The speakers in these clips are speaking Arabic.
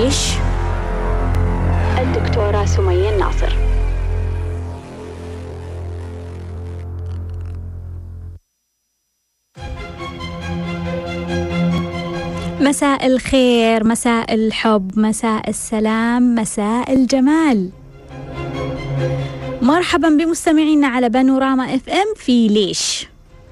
ليش؟ الدكتورة سمية الناصر. مساء الخير، مساء الحب، مساء السلام، مساء الجمال. مرحبا بمستمعينا على بانوراما اف ام في ليش.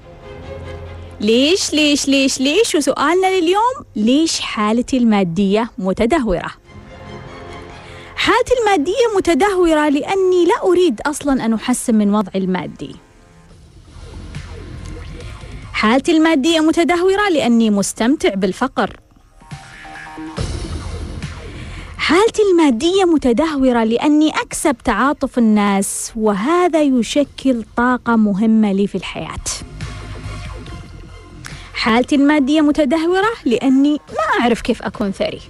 ليش ليش ليش ليش؟ وسؤالنا لليوم: ليش حالتي المادية متدهورة؟ حالتي المادية متدهورة لأني لا أريد أصلا أن أحسن من وضعي المادي. حالتي المادية متدهورة لأني مستمتع بالفقر. حالتي المادية متدهورة لأني أكسب تعاطف الناس، وهذا يشكل طاقة مهمة لي في الحياة. حالتي المادية متدهورة لأني ما أعرف كيف أكون ثري.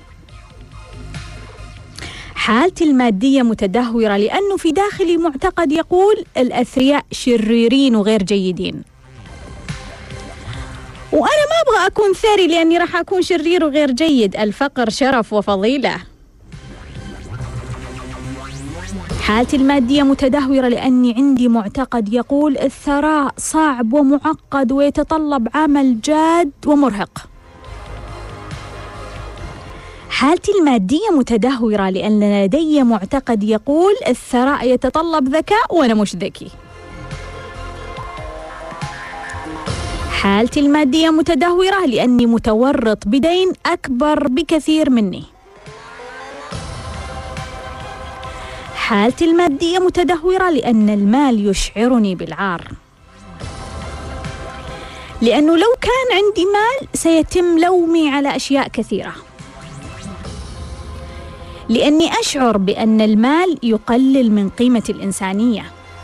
حالتي المادية متدهورة لأنه في داخلي معتقد يقول الأثرياء شريرين وغير جيدين، وأنا ما أبغى أكون ثري لأني راح أكون شرير وغير جيد. الفقر شرف وفضيلة. حالتي المادية متدهورة لأني عندي معتقد يقول الثراء صعب ومعقد ويتطلب عمل جاد ومرهق. حالتي المادية متدهورة لأن لدي معتقد يقول الثراء يتطلب ذكاء وأنا مش ذكي. حالتي المادية متدهورة لأني متورط بدين أكبر بكثير مني. حالتي المادية متدهورة لأن المال يشعرني بالعار، لأنه لو كان عندي مال سيتم لومي على أشياء كثيرة، لأني أشعر بأن المال يقلل من قيمة الإنسانية،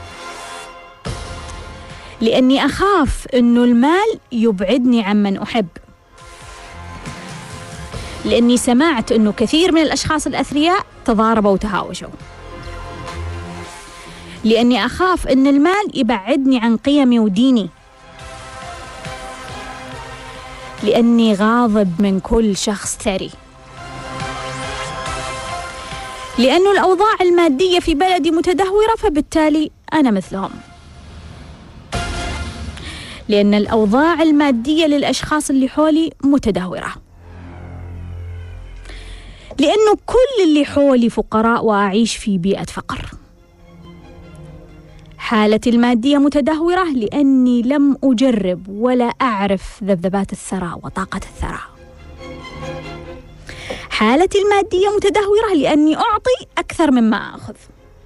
لأني أخاف أنه المال يبعدني عمن أحب، لأني سمعت أنه كثير من الأشخاص الأثرياء تضاربوا وتهاوشوا، لأني أخاف أن المال يبعدني عن قيمي وديني، لأني غاضب من كل شخص ثري، لأنه الأوضاع المادية في بلدي متدهورة، فبالتالي أنا مثلهم. لأن الأوضاع المادية للأشخاص اللي حولي متدهورة، لأنه كل اللي حولي فقراء وأعيش في بيئة فقر. حالتي المادية متدهورة لأني لم أجرب ولا أعرف ذبذبات الثراء وطاقة الثراء. حالتي المادية متدهورة لأني أعطي أكثر مما أخذ.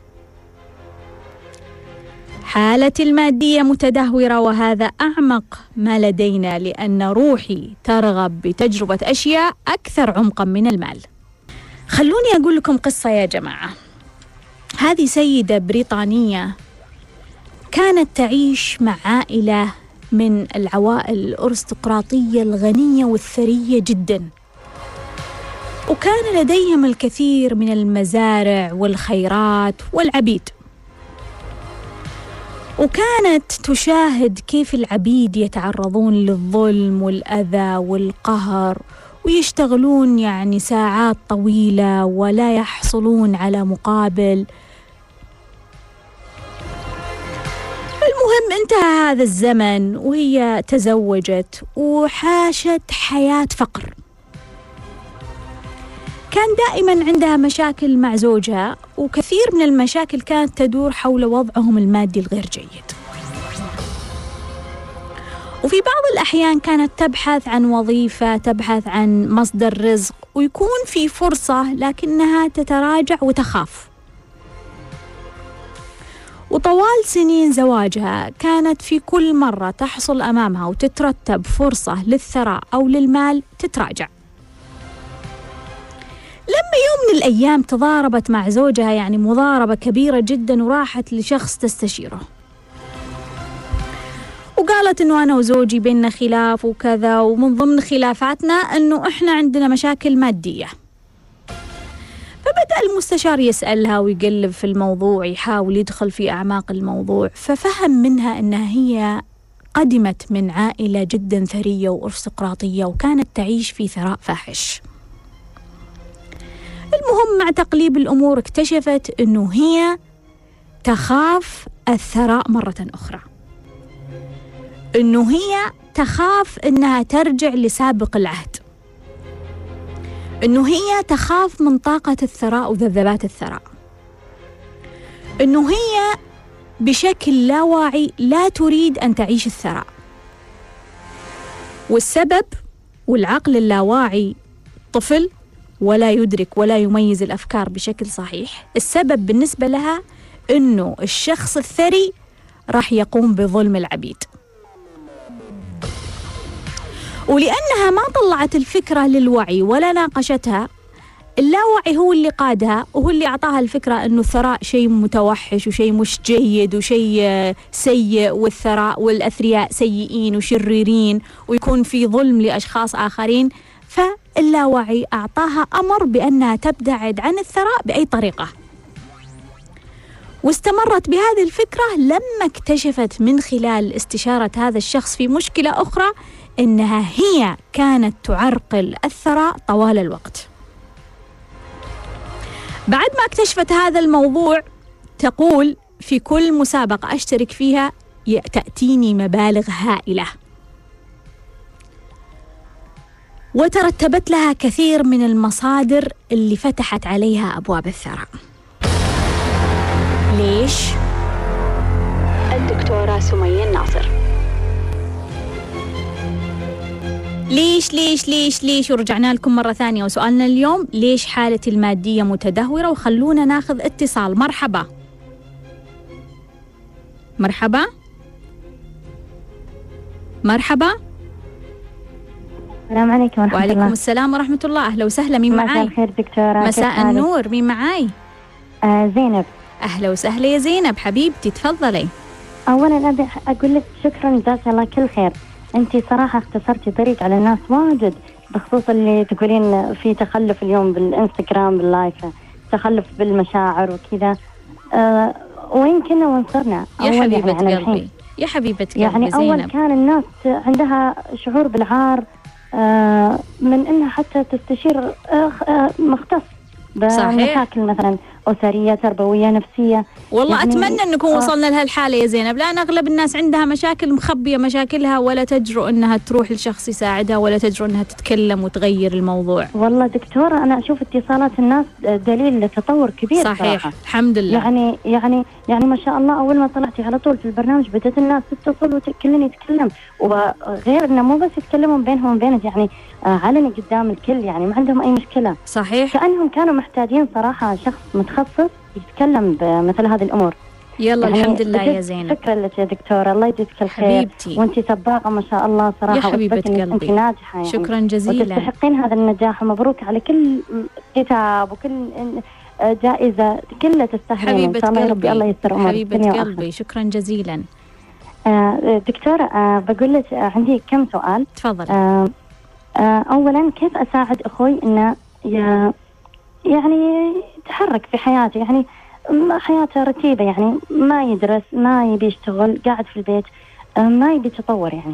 حالتي المادية متدهورة، وهذا أعمق ما لدينا، لأن روحي ترغب بتجربة أشياء أكثر عمقا من المال. خلوني أقول لكم قصة يا جماعة. هذه سيدة بريطانية كانت تعيش مع عائلة من العوائل الأرستقراطية الغنية والثرية جدا، وكان لديهم الكثير من المزارع والخيرات والعبيد، وكانت تشاهد كيف العبيد يتعرضون للظلم والأذى والقهر، ويشتغلون يعني ساعات طويلة ولا يحصلون على مقابل. المهم انتهى هذا الزمن وهي تزوجت وعاشت حياة فقر. كان دائما عندها مشاكل مع زوجها، وكثير من المشاكل كانت تدور حول وضعهم المادي الغير جيد. وفي بعض الأحيان كانت تبحث عن وظيفة، تبحث عن مصدر رزق، ويكون في فرصة لكنها تتراجع وتخاف. وطوال سنين زواجها كانت في كل مرة تحصل أمامها وتترتب فرصة للثراء أو للمال تتراجع. لما يوم من الأيام تضاربت مع زوجها، يعني مضاربة كبيرة جدا، وراحت لشخص تستشيره وقالت إنه أنا وزوجي بيننا خلاف وكذا، ومن ضمن خلافاتنا إنه إحنا عندنا مشاكل مادية. فبدأ المستشار يسألها ويقلب في الموضوع، يحاول يدخل في أعماق الموضوع، ففهم منها أنها هي قدمت من عائلة جدا ثرية وأرستقراطية، وكانت تعيش في ثراء فاحش. المهم مع تقليب الأمور اكتشفت أنه هي تخاف الثراء مرة أخرى، أنه هي تخاف أنها ترجع لسابق العهد، أنه هي تخاف من طاقة الثراء وذبذبات الثراء، أنه هي بشكل لا واعي لا تريد أن تعيش الثراء. والسبب، والعقل اللاواعي طفل ولا يدرك ولا يميز الأفكار بشكل صحيح، السبب بالنسبة لها أنه الشخص الثري راح يقوم بظلم العبيد. ولأنها ما طلعت الفكرة للوعي ولا ناقشتها، اللاوعي هو اللي قادها وهو اللي أعطاها الفكرة أنه الثراء شيء متوحش وشيء مش جيد وشيء سيء، والثراء والأثرياء سيئين وشريرين ويكون في ظلم لأشخاص آخرين. فاللاوعي أعطاها أمر بأنها تبتعد عن الثراء بأي طريقة. واستمرت بهذه الفكرة لما اكتشفت من خلال استشارة هذا الشخص في مشكلة أخرى إنها هي كانت تعرقل الثراء طوال الوقت. بعد ما اكتشفت هذا الموضوع تقول في كل مسابقة أشترك فيها تأتيني مبالغ هائلة، وترتبت لها كثير من المصادر اللي فتحت عليها أبواب الثراء. ليش؟ الدكتورة سمية الناصر. ليش ليش ليش ليش؟ ورجعنا لكم مرة ثانية وسؤالنا اليوم ليش حالتي المادية متدهورة؟ وخلونا ناخذ اتصال. مرحبا مرحبا مرحبا. السلام عليكم ورحمة الله. وعليكم السلام ورحمة الله. أهلا وسهلا. مين معاي؟ مساء الخير دكتورة. مساء النور. مين معاي؟ زينب. أهلا وسهلا يا زينب حبيبتي، تفضلي. أولا أبي أقول لك شكرا جزاك الله كل خير، أنت صراحة اختصرتي طريق على الناس واجد بخصوص اللي تقولين في تخلف اليوم بالإنستغرام باللايف، تخلف بالمشاعر وكذا. وين كنا وانصرنا؟ يا حبيبة قلبي يا حبيبة قلبي يعني زينب. أول كان الناس عندها شعور بالعار من إنها حتى تستشير مختص بمشاكل مثلا أسرية تربوية نفسية. والله يعني أتمنى أنكم وصلنا لهالحالة يا زينب، لأن أغلب الناس عندها مشاكل مخبية مشاكلها ولا تجرؤ أنها تروح لشخص يساعدها ولا تجرؤ أنها تتكلم وتغير الموضوع. والله دكتورة أنا أشوف اتصالات الناس دليل لتطور كبير. صحيح صراحة. الحمد لله. يعني ما شاء الله أول ما طلعتي على طول في البرنامج بدأت الناس تتصل وكلن يتكلم، وغير إنه مو بس يتكلمون بينهم وبينك، يعني علني قدام الكل، يعني ما عندهم أي مشكلة. صحيح. كأنهم كانوا محتاجين صراحة شخص متخصص يتكلم بمثل هذه الأمور. يلا يعني الحمد لله يا زينب. شكرا لك يا دكتورة، الله يجزيك الخير حبيبتي. وانتي سباقة ما شاء الله صراحة يا حبيبة قلبي. انت ناجحة يعني. شكرا جزيلا. وتستحقين هذا النجاح، ومبروك على كل كتاب وكل جائزة، كلها تستاهلين إن شاء الله. ربي الله يستر أمورك. حبيبة قلبي شكرا جزيلا. دكتورة بقول لك عندي كم سؤال. تفضل. أولا كيف أساعد أخوي إنه يعني يتحرك في حياته، يعني حياته رتيبة، يعني ما يدرس ما يبي يشتغل قاعد في البيت، ما يبي يتطور يعني.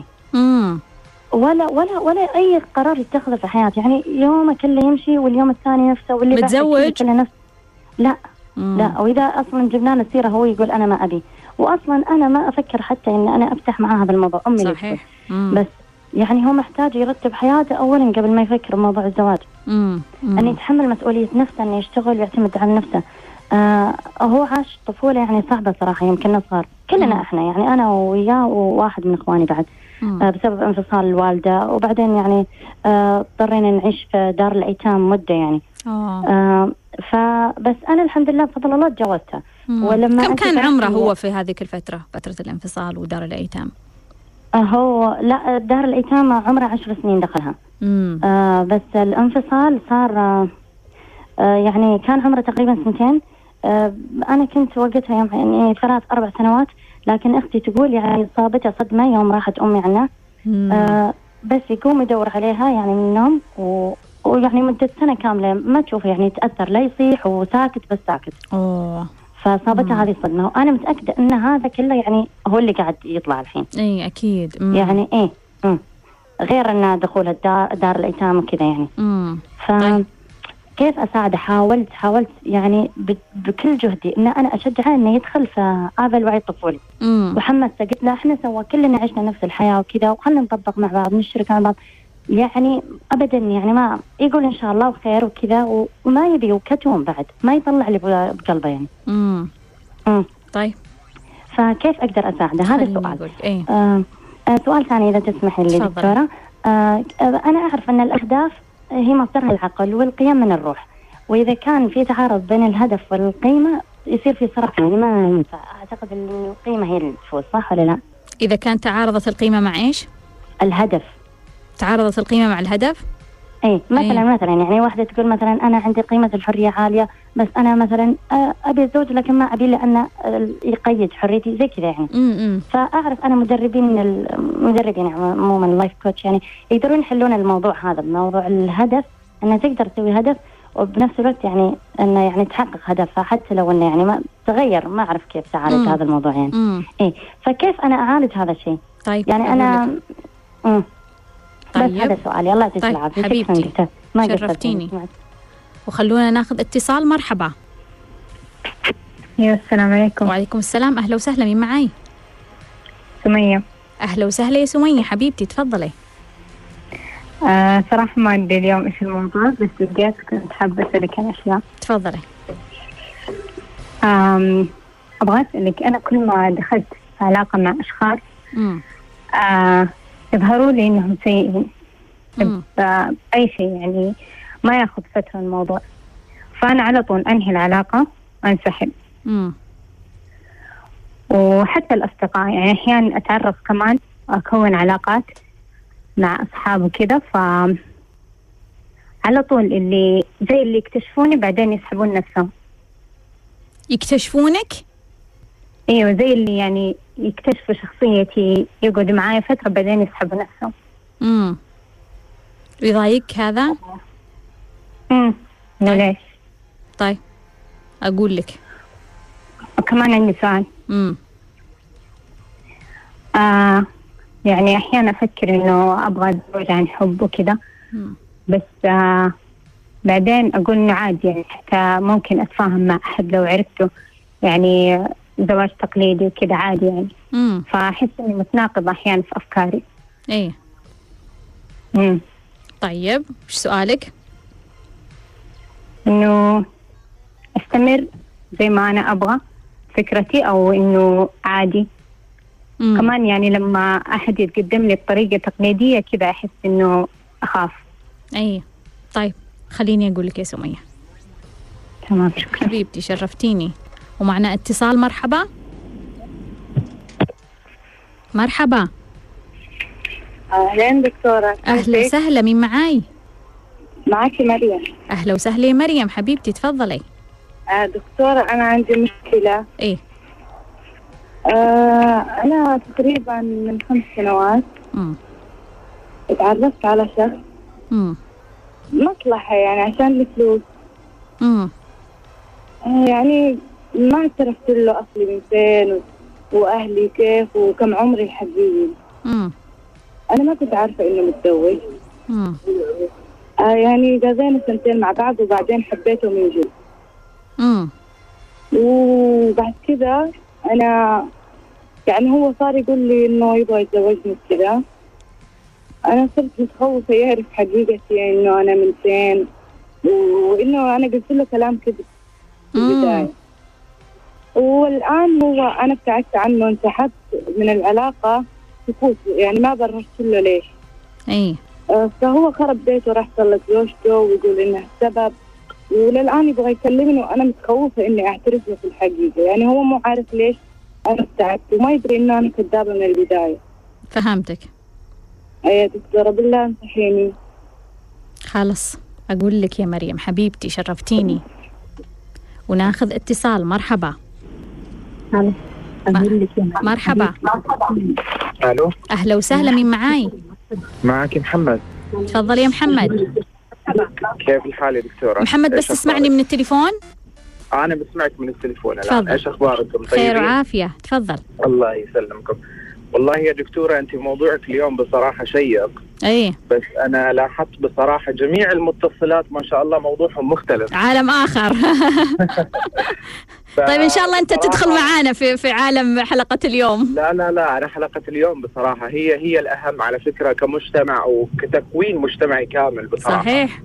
ولا أي قرار يتخذه في حياته، يعني يومه كله يمشي واليوم الثاني نفسه واللي متزوج كله نفسه. لا وإذا أصلا جبنا له سيرة هو يقول أنا ما أبي، وأصلا أنا ما أفكر حتى إن أنا أفتح معاه هذا الموضوع. أمي صحيح. بس يعني هو محتاج يرتب حياته أولا قبل ما يفكر بموضوع الزواج. أن يتحمل مسؤولية نفسه، أن يشتغل ويعتمد على نفسه. هو عاش طفولة يعني صعبة صراحة، يمكن صغار كلنا إحنا، يعني أنا وياه وواحد من إخواني بعد بسبب انفصال الوالدة، وبعدين يعني اضطرينا نعيش في دار الأيتام مدة يعني. فبس أنا الحمد لله بفضل الله تجاوزتها. ولما كم كان عمره هو في هذه الفترة، فترة الانفصال ودار الأيتام؟ هو لا دار الأيتام عمره 10 سنين دخلها. بس الانفصال صار يعني كان عمره تقريبا 2 أنا كنت وقتها يعني 3-4 سنوات، لكن أختي تقول يعني صابته صدمة يوم راحت أمي عنه. بس يقوم يدور عليها يعني من النوم، ويعني مدة سنة كاملة ما تشوف يعني يتأثر، لا يصيح وساكت بس ساكت. فصابتها هذه الصدمة، وأنا متأكدة أن هذا كله يعني هو اللي قاعد يطلع الحين. إيه أكيد. يعني غير أن دخول دار الأيتام وكذا يعني. طيب. كيف أساعده؟ حاولت يعني بكل جهدي إن أنا أشجعه إنه يدخل في هذا الوعي الطفولي. وحمسته، قلت له إحنا كلنا عشنا نفس الحياة وكذا، وخلنا نطبق مع بعض، نشترك مع بعض. يعني أبدا يعني ما يقول إن شاء الله وخير وكذا، وما يبي وكتوم بعد، ما يطلع اللي بقلبه يعني. طيب فكيف أقدر أساعده؟ هذا السؤال. إيه؟ سؤال ثاني إذا تسمحي لي دكتورة. أنا أعرف أن الأهداف هي مصدرها العقل والقيم من الروح، وإذا كان في تعارض بين الهدف والقيمة يصير في صراع، يعني ما ينفع. أعتقد أن القيمة هي اللي تفوز، صح ولا لا؟ إذا كان تعارضت القيمة مع إيش؟ الهدف. تعارضت القيمة مع الهدف؟ إيه مثلا يعني واحدة تقول مثلا أنا عندي قيمة الحرية عالية، بس أنا مثلا أبي الزوج لكن ما أبي لأنه يقيد حريتي زي كذا يعني. فأعرف أنا مدربين عموما اللايف كوتش يعني يقدرون يحلون الموضوع هذا، بموضوع الهدف، أنه تقدر تسوي هدف وبنفس الوقت يعني أنه يعني تحقق هدفها، حتى لو أنه يعني ما تغير. ما أعرف كيف تعالج هذا الموضوع يعني. إيه فكيف أنا أعالج هذا الشيء؟ طيب يعني أنا طيب. بس هذا سؤال. الله يعطيك العافية. حبيبتي شرفتيني. وخلونا ناخذ اتصال. مرحبا. السلام عليكم. وعليكم السلام. أهلا وسهلا. مين معاي؟ سمية. أهلا وسهلا يا سمية حبيبتي، تفضلي. صراحة ما أدري اليوم إيش الموضوع، بس بديت كنت حابة أسألك عن أشياء. تفضلي. أبغى أسألك، أنا كل ما دخلت في علاقة مع أشخاص يظهروا لي إنهم سيئين بأي شيء، يعني ما ياخذ فترة الموضوع، فأنا على طول أنهي العلاقة وأنسحب. وحتى الأصدقاء يعني أحيانا أتعرف كمان أكون علاقات مع أصحاب وكذا، على طول اللي زي اللي يكتشفوني بعدين يسحبون نفسهم. يكتشفونك؟ ايوه، زي اللي يعني يكتشفوا شخصيتي، يقعدوا معايا فترة بعدين يسحبوا نفسهم. يضايقك هذا؟ ليش؟ طيب أقول لك. وكمان عندي سؤال. يعني أحيانا أفكر إنه أبغى أتزوج عن حب وكذا، بس بعدين أقول إنه عادي، يعني حتى ممكن أتفاهم مع أحد لو عرفته، يعني زواج تقليدي وكذا عادي يعني. فأحس إني متناقضة أحيانا في أفكاري. إيه. طيب وش سؤالك؟ إنه أستمر زي ما أنا أبغى فكرتي، أو إنه عادي. كمان يعني لما أحد يتقدم لي بطريقة تقليدية كذا أحس إنه أخاف. أي طيب خليني أقول لك يا سمية. تمام، شكرا حبيبتي شرفتيني. ومعنا اتصال. مرحبا. مرحبا. أهلا دكتورة. أهلا وسهلا. مين معاي؟ معاكي مريم. أهلا وسهلا يا مريم حبيبتي، تفضلي. دكتورة أنا عندي مشكلة. إيه؟ أنا تقريبا من 5 سنوات اتعرفت على شخص مصلحة، يعني عشان الفلوس. يعني ما اعترفت له أصلي من فين وأهلي كيف وكم عمري الحقيقي. أنا ما كنت عارفة إنه متزوج. يعني قضينا 2 مع بعض وبعدين حبيته من جد. وبعد كذا أنا يعني هو صار يقول لي إنه يبغى يتزوجني كذا. أنا صرت متخوفة يعرف حقيقتي إنه أنا من فين، وإنه أنا قلت له كلام كذب في البداية. والآن هو أنا ابتعدت عنه، انسحبت من العلاقة سكوت، يعني ما بررت له ليش. أي. فهو خرب بيته، راح طلق زوجته ويقول إنه السبب، وللآن يبغى يكلمني وأنا متخوفة إني أعترف له في الحقيقة. يعني هو مو عارف ليش أنا ابتعدت وما يدري إنه أنا كذابة من البداية. فهمتك. يا دكتورة بالله انصحيني. خلاص أقول لك يا مريم حبيبتي شرفتيني. وناخذ اتصال. مرحبا. مرحبا. الو. اهلا وسهلا. مين معاي؟ معك محمد. تفضل يا محمد. كيف الحال يا دكتورة؟ محمد بس تسمعني من التليفون. انا بسمعك من التليفون الان. تفضل. ايش اخباركم؟ خير وعافيه، تفضل. الله يسلمكم. والله يا دكتورة أنت موضوعك اليوم بصراحة شيق. بس أنا لاحظت بصراحة جميع المتصلات ما شاء الله موضوعهم مختلف، عالم آخر. طيب إن شاء الله أنت تدخل معانا في عالم حلقة اليوم. لا أنا حلقة اليوم بصراحة هي الأهم على فكرة كمجتمع وكتكوين مجتمعي كامل بصراحة. صحيح.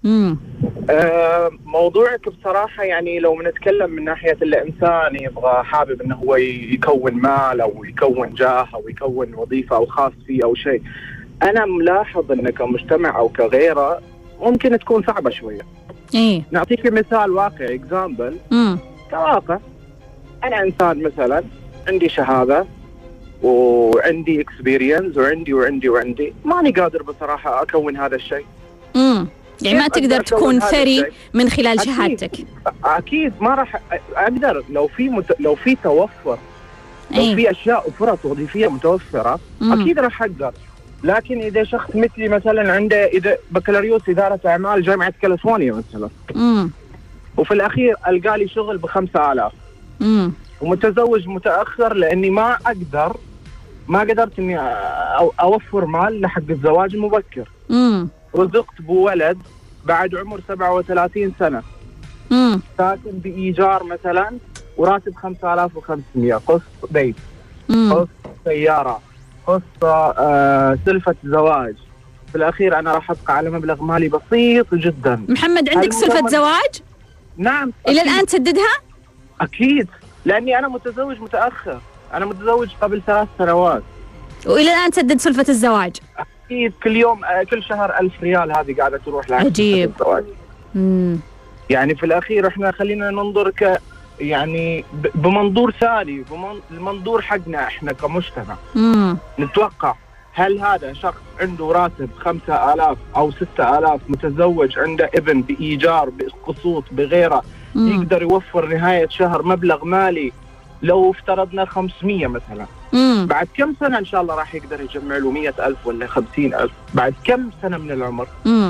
موضوعك بصراحة يعني لو بنتكلم من ناحية الإنسان يبغى حابب إنه هو يكون مال أو يكون جاه أو يكون وظيفة أو خاص فيه أو شيء، أنا ملاحظ إن كمجتمع أو كغيره ممكن تكون صعبة شوية. نعطيك مثال واقعي إكزامبل كواقع. أنا إنسان مثلا عندي شهادة وعندي اكسبيرينس وعندي ماني قادر بصراحة أكون هذا الشيء. يعني ما تقدر تكون ثري من خلال شهادتك. أكيد ما راح أقدر لو في توفر، لو في أشياء وفرص وظيفية متوفرة أكيد راح أقدر. لكن إذا شخص مثلي مثلا عنده بكالوريوس إدارة أعمال جامعة كاليفورنيا مثلا، وفي الأخير ألقى لي شغل ب5,000 ومتزوج متأخر لأني ما قدرت إني أوفر مال لحق الزواج المبكر، رزقت بولد بعد عمر 37 سنة، ساكن بإيجار مثلا وراتب 5,500، قص بيت، قص سيارة، قص سلفة زواج، في الأخير أنا راح أبقى على مبلغ مالي بسيط جدا. محمد عندك سلفة زواج؟ نعم. إلى الآن تسددها؟ أكيد، لأني أنا متزوج متأخر، أنا متزوج قبل 3 سنوات وإلى الآن تسدد سلفة الزواج؟ أكيد، كل يوم كل شهر 1000 ريال هذه قاعدة تروح لها. عجيب. يعني في الأخير إحنا خلينا ننظر يعني بمنظور ثاني، المنظور حقنا إحنا كمجتمع. نتوقع هل هذا شخص عنده راتب 5,000 أو 6,000 متزوج عنده ابن بإيجار بقسوط بغيره يقدر يوفر نهاية شهر مبلغ مالي لو افترضنا 500 مثلا، بعد كم سنة إن شاء الله راح يقدر يجمع له 100,000 ولا 50,000 بعد كم سنة من العمر؟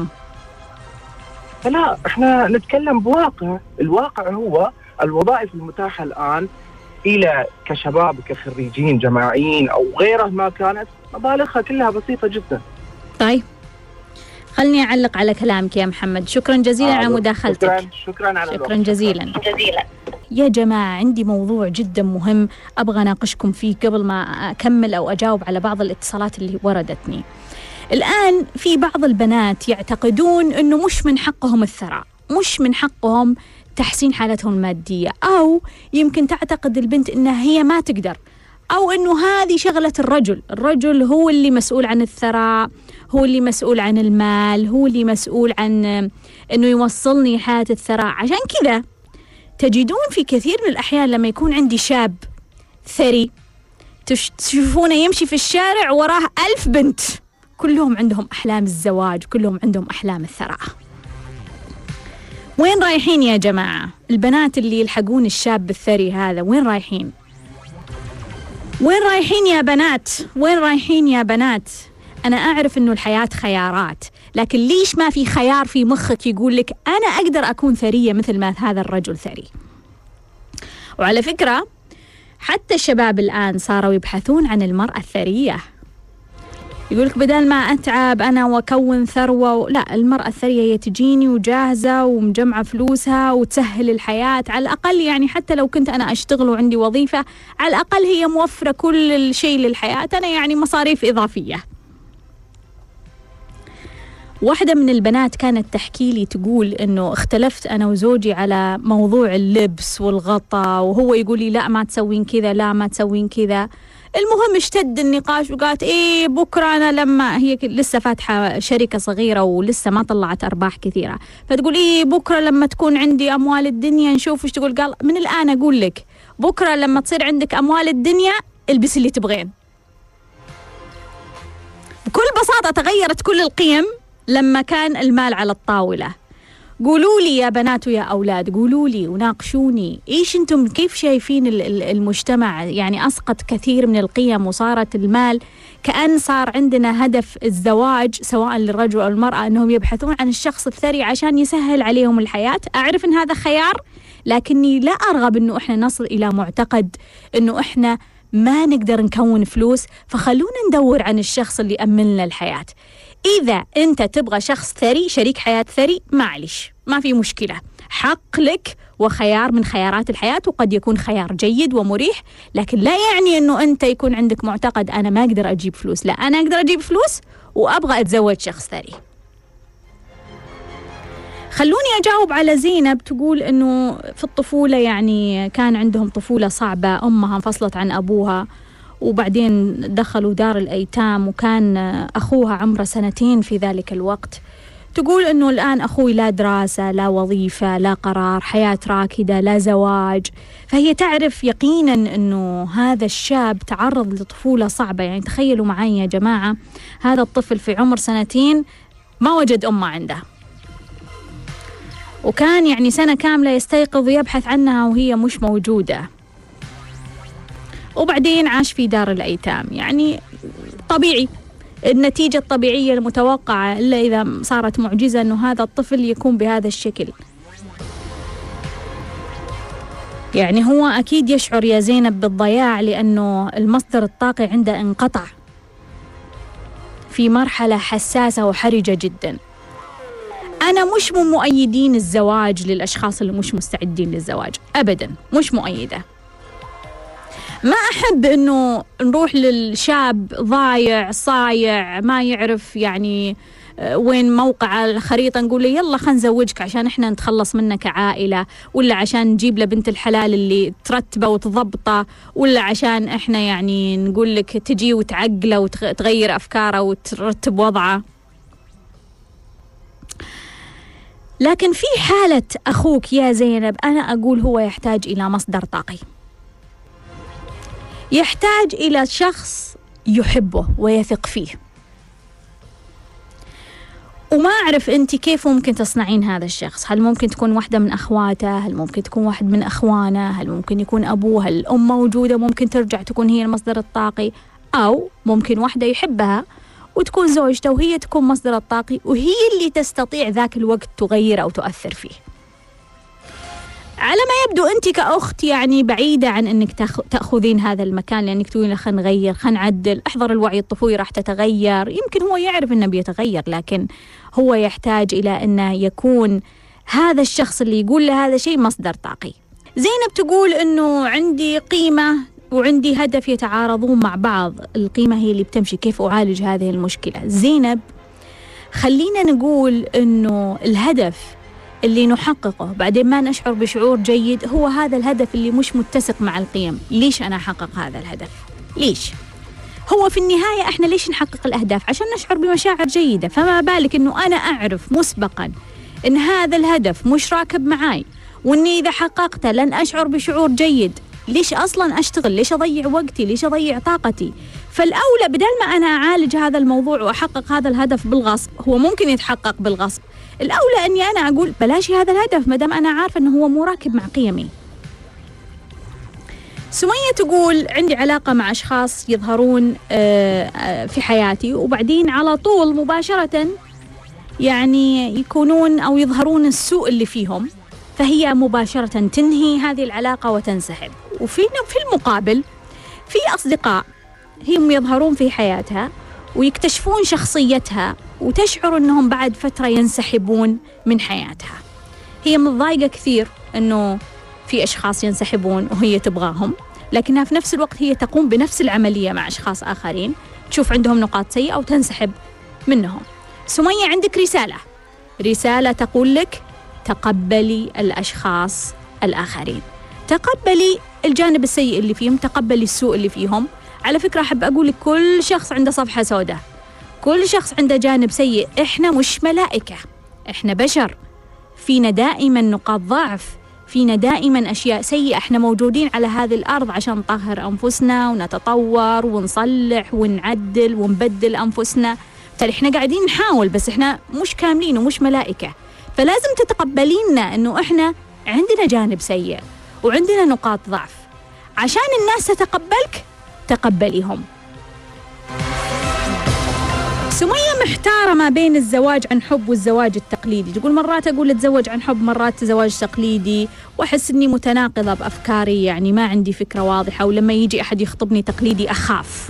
فلا، احنا نتكلم بواقع. الواقع هو الوظائف المتاحة الآن إلى كشباب كخريجين جامعيين أو غيره ما كانت مبالغها كلها بسيطة جدا. طيب خلني أعلق على كلامك يا محمد. شكرا جزيلا على مداخلتك. شكرا على شكرا جزيلا. يا جماعة عندي موضوع جدا مهم أبغى أناقشكم فيه قبل ما أكمل أو أجاوب على بعض الاتصالات اللي وردتني. الآن في بعض البنات يعتقدون أنه مش من حقهم الثراء، مش من حقهم تحسين حالتهم المادية، أو يمكن تعتقد البنت أنها هي ما تقدر، أو أنه هذه شغلة الرجل هو اللي مسؤول عن الثراء، هو اللي مسؤول عن المال، هو اللي مسؤول عن أنه يوصلني حالة الثراء. عشان كذا تجدون في كثير من الأحيان لما يكون عندي شاب ثري تشوفونه يمشي في الشارع وراه 1000 بنت كلهم عندهم أحلام الزواج، كلهم عندهم أحلام الثراء. وين رايحين يا جماعة؟ البنات اللي يلحقون الشاب الثري هذا وين رايحين؟ وين رايحين يا بنات؟ وين رايحين يا بنات؟ أنا أعرف إنه الحياة خيارات، لكن ليش ما في خيار في مخك يقول لك أنا أقدر أكون ثرية مثل ما هذا الرجل ثري؟ وعلى فكرة حتى الشباب الآن صاروا يبحثون عن المرأة الثرية، يقولك بدل ما أتعب أنا وأكون ثروة، لا، المرأة الثرية هي تجيني وجاهزة ومجمعة فلوسها وتسهل الحياة على الأقل. يعني حتى لو كنت أنا أشتغل وعندي وظيفة على الأقل هي موفرة كل الشيء للحياة، أنا يعني مصاريف إضافية. واحدة من البنات كانت تحكي لي تقول إنه اختلفت أنا وزوجي على موضوع اللبس والغطاء، وهو يقول لي لا ما تسوين كذا، لا ما تسوين كذا. المهم اشتد النقاش وقالت إيه بكرة أنا لما هي لسه فاتحة شركة صغيرة ولسه ما طلعت أرباح كثيرة، فتقول إيه بكرة لما تكون عندي أموال الدنيا نشوف وش تقول. قال من الآن أقول لك بكرة لما تصير عندك أموال الدنيا البس اللي تبغين. بكل بساطة تغيرت كل القيم لما كان المال على الطاولة. قولوا لي يا بنات ويا أولاد، قولوا لي وناقشوني، إيش أنتم كيف شايفين المجتمع؟ يعني أسقط كثير من القيم وصارت المال كأن صار عندنا هدف الزواج سواء للرجل أو المرأة أنهم يبحثون عن الشخص الثري عشان يسهل عليهم الحياة. أعرف أن هذا خيار، لكني لا أرغب أنه إحنا نصل إلى معتقد أنه إحنا ما نقدر نكون فلوس، فخلونا ندور عن الشخص اللي يأمن لنا الحياة. إذا أنت تبغى شخص ثري، شريك حياة ثري، معلش ما في مشكلة، حق لك وخيار من خيارات الحياة، وقد يكون خيار جيد ومريح، لكن لا يعني أنه أنت يكون عندك معتقد أنا ما أقدر أجيب فلوس. لا، أنا أقدر أجيب فلوس وأبغى أتزوج شخص ثري. خلوني أجاوب على زينب، تقول أنه في الطفولة يعني كان عندهم طفولة صعبة، أمها انفصلت عن أبوها وبعدين دخلوا دار الأيتام، وكان أخوها عمره 2 في ذلك الوقت. تقول أنه الآن أخوي لا دراسة، لا وظيفة، لا قرار، حياة راكدة، لا زواج. فهي تعرف يقينا أنه هذا الشاب تعرض لطفولة صعبة. يعني تخيلوا معي يا جماعة، هذا الطفل في عمر 2 ما وجد أمه عنده، وكان يعني سنة كاملة يستيقظ ويبحث عنها وهي مش موجودة، وبعدين عاش في دار الأيتام. يعني طبيعي، النتيجة الطبيعية المتوقعة، إلا إذا صارت معجزة أنه هذا الطفل يكون بهذا الشكل. يعني هو أكيد يشعر يا زينب بالضياع، لأنه المصدر الطاقي عنده انقطع في مرحلة حساسة وحرجة جدا. أنا مش من مؤيدين الزواج للأشخاص اللي مش مستعدين للزواج أبدا، مش مؤيدة. ما أحب أنه نروح للشاب ضايع صايع ما يعرف يعني وين موقع الخريطة نقول له يلا خلينا نزوجك عشان إحنا نتخلص منك كعائلة، ولا عشان نجيب له بنت الحلال اللي ترتبه وتضبطه، ولا عشان إحنا يعني نقول لك تجي وتعقله وتغير أفكاره وترتب وضعه. لكن في حالة أخوك يا زينب، أنا أقول هو يحتاج إلى مصدر طاقي، يحتاج إلى شخص يحبه ويثق فيه. وما أعرف أنت كيف ممكن تصنعين هذا الشخص. هل ممكن تكون واحدة من أخواته؟ هل ممكن تكون واحد من أخوانه؟ هل ممكن يكون أبوه؟ هل الأم موجودة ممكن ترجع تكون هي المصدر الطاقي؟ أو ممكن واحدة يحبها وتكون زوجته وهي تكون مصدر الطاقي، وهي اللي تستطيع ذاك الوقت تغير أو تؤثر فيه. على ما يبدو أنت كأخت يعني بعيدة عن أنك تأخذين هذا المكان، لأنك تقولين خلينا نغير، خلينا نعدل، احضر الوعي الطفولي راح تتغير. يمكن هو يعرف أنه بيتغير، لكن هو يحتاج إلى أنه يكون هذا الشخص اللي يقول له هذا شيء مصدر طاقي. زينب تقول أنه عندي قيمة وعندي هدف يتعارضون مع بعض، القيمة هي اللي بتمشي، كيف أعالج هذه المشكلة؟ زينب خلينا نقول أنه الهدف اللي نحققه بعدين ما نشعر بشعور جيد هو هذا الهدف اللي مش متسق مع القيم. ليش أنا أحقق هذا الهدف؟ ليش؟ هو في النهاية إحنا ليش نحقق الأهداف؟ عشان نشعر بمشاعر جيدة، فما بالك أنه أنا أعرف مسبقا أن هذا الهدف مش راكب معاي، وأني إذا حققته لن أشعر بشعور جيد. ليش أصلاً أشتغل؟ ليش أضيع وقتي؟ ليش أضيع طاقتي؟ فالأولى بدل ما أنا أعالج هذا الموضوع وأحقق هذا الهدف بالغصب، هو ممكن يتحقق بالغصب، الأولى أني أنا أقول بلاش هذا الهدف ما دام أنا عارفة أنه هو مو راكب مع قيمي. سمية تقول عندي علاقة مع أشخاص يظهرون في حياتي وبعدين على طول مباشرة يعني يكونون أو يظهرون السوء اللي فيهم، فهي مباشرة تنهي هذه العلاقة وتنسحب. وفي المقابل في أصدقاء هم يظهرون في حياتها ويكتشفون شخصيتها وتشعر أنهم بعد فترة ينسحبون من حياتها. هي متضايقة كثير أنه في أشخاص ينسحبون وهي تبغاهم، لكنها في نفس الوقت هي تقوم بنفس العملية مع أشخاص آخرين، تشوف عندهم نقاط سيئة وتنسحب منهم. سمية عندك رسالة تقول لك تقبلي الأشخاص الآخرين، تقبلي الجانب السيء اللي فيهم، تقبلي السوء اللي فيهم. على فكرة أحب أقول لك كل شخص عنده صفحة سوداء، كل شخص عنده جانب سيء. إحنا مش ملائكة، إحنا بشر، فينا دائما نقاط ضعف، فينا دائما أشياء سيئة. إحنا موجودين على هذه الأرض عشان نطهر أنفسنا ونتطور ونصلح ونعدل ونبدل أنفسنا. تالي إحنا قاعدين نحاول، بس إحنا مش كاملين ومش ملائكة. فلازم تتقبلينا أنه إحنا عندنا جانب سيء وعندنا نقاط ضعف. عشان الناس تتقبلك تقبليهم. سمية محتارة ما بين الزواج عن حب والزواج التقليدي، تقول مرات أقول أتزوج عن حب، مرات زواج تقليدي، وأحس أني متناقضة بأفكاري، يعني ما عندي فكرة واضحة، ولما يجي أحد يخطبني تقليدي أخاف.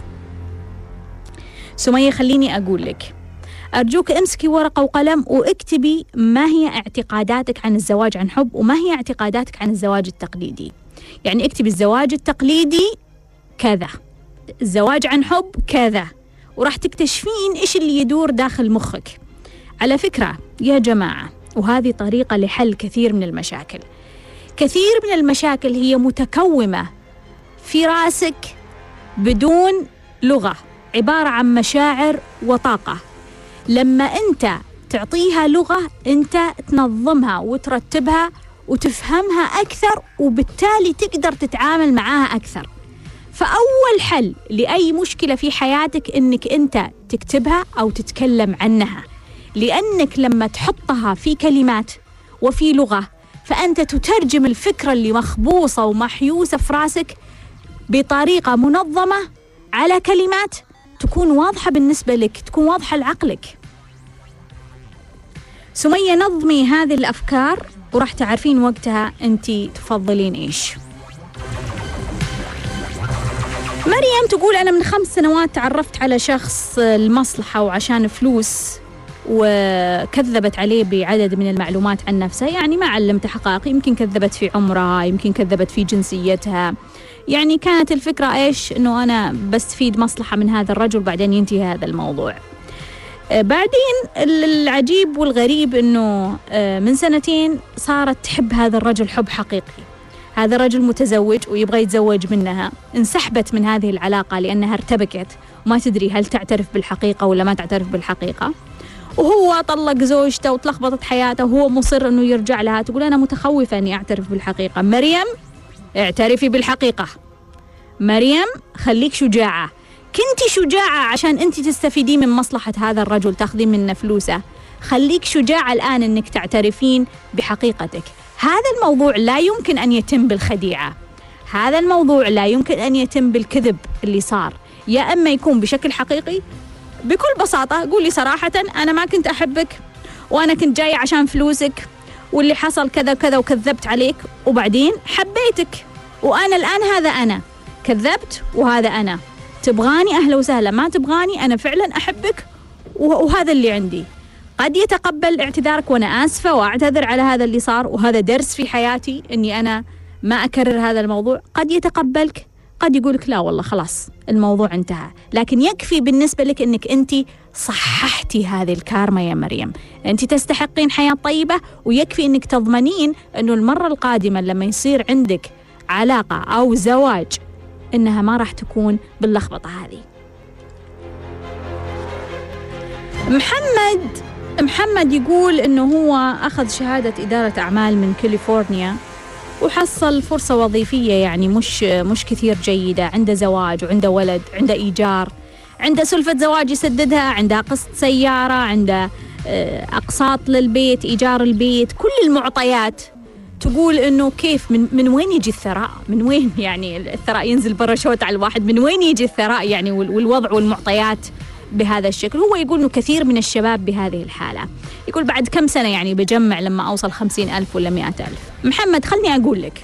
سمية خليني أقول لك، أرجوك امسكي ورقة وقلم واكتبي ما هي اعتقاداتك عن الزواج عن حب وما هي اعتقاداتك عن الزواج التقليدي. يعني اكتبي الزواج التقليدي كذا، الزواج عن حب كذا، وراح تكتشفين إيش اللي يدور داخل مخك. على فكرة يا جماعة، وهذه طريقة لحل كثير من المشاكل. كثير من المشاكل هي متكومة في راسك بدون لغة، عبارة عن مشاعر وطاقة. لما أنت تعطيها لغة أنت تنظمها وترتبها وتفهمها أكثر، وبالتالي تقدر تتعامل معاها أكثر. فأول حل لأي مشكلة في حياتك إنك أنت تكتبها أو تتكلم عنها، لأنك لما تحطها في كلمات وفي لغة فأنت تترجم الفكرة اللي مخبوصة ومحيوسة في راسك بطريقة منظمة على كلمات تكون واضحة بالنسبة لك، تكون واضحة لعقلك. سمية نظمي هذه الأفكار وراح تعرفين وقتها أنت تفضلين إيش. مريم تقول أنا من 5 سنوات تعرفت على شخص المصلحة وعشان فلوس، وكذبت عليه بعدد من المعلومات عن نفسها، يعني ما علمت حقائق، يمكن كذبت في عمرها، يمكن كذبت في جنسيتها، يعني كانت الفكرة إيش إنه أنا بستفيد مصلحة من هذا الرجل بعدين ينتهي هذا الموضوع. بعدين العجيب والغريب إنه من 2 صارت تحب هذا الرجل حب حقيقي. هذا رجل متزوج ويبغى يتزوج منها، انسحبت من هذه العلاقة لأنها ارتبكت وما تدري هل تعترف بالحقيقة ولا ما تعترف بالحقيقة، وهو طلق زوجته وتلخبطت حياته وهو مصر أنه يرجع لها. تقول أنا متخوفة أني أعترف بالحقيقة. مريم اعترفي بالحقيقة، مريم خليك شجاعة، كنتي شجاعة عشان أنت تستفيدين من مصلحة هذا الرجل تأخذين منه فلوسه، خليك شجاعة الآن أنك تعترفين بحقيقتك. هذا الموضوع لا يمكن أن يتم بالخديعة، هذا الموضوع لا يمكن أن يتم بالكذب اللي صار، يا أما يكون بشكل حقيقي بكل بساطة. قولي صراحة أنا ما كنت أحبك وأنا كنت جاية عشان فلوسك واللي حصل كذا وكذا وكذبت عليك وبعدين حبيتك، وأنا الآن هذا أنا كذبت وهذا أنا، تبغاني أهلا وسهلا، ما تبغاني أنا فعلا أحبك وهذا اللي عندي. قد يتقبل اعتذارك وأنا آسفة وأعتذر على هذا اللي صار وهذا درس في حياتي أني أنا ما أكرر هذا الموضوع. قد يتقبلك، قد يقولك لا والله خلاص الموضوع انتهى. لكن يكفي بالنسبة لك أنك أنت صححتي هذه الكارما يا مريم، أنت تستحقين حياة طيبة، ويكفي أنك تضمنين أنه المرة القادمة لما يصير عندك علاقة أو زواج إنها ما راح تكون باللخبطة هذه. محمد يقول إنه هو أخذ شهادة إدارة أعمال من كاليفورنيا وحصل فرصة وظيفية يعني مش كثير جيدة، عنده زواج وعنده ولد، عنده إيجار، عنده سلفة زواج يسددها، عنده قسط سيارة، عنده أقساط للبيت، إيجار البيت، كل المعطيات. تقول إنه كيف من وين يجي الثراء؟ من وين يعني الثراء ينزل برشوت على الواحد؟ من وين يجي الثراء يعني والوضع والمعطيات بهذا الشكل؟ هو يقول إنه كثير من الشباب بهذه الحالة. يقول بعد كم سنة يعني بجمع لما أوصل 50,000 ولا 100,000. محمد خلني أقول لك،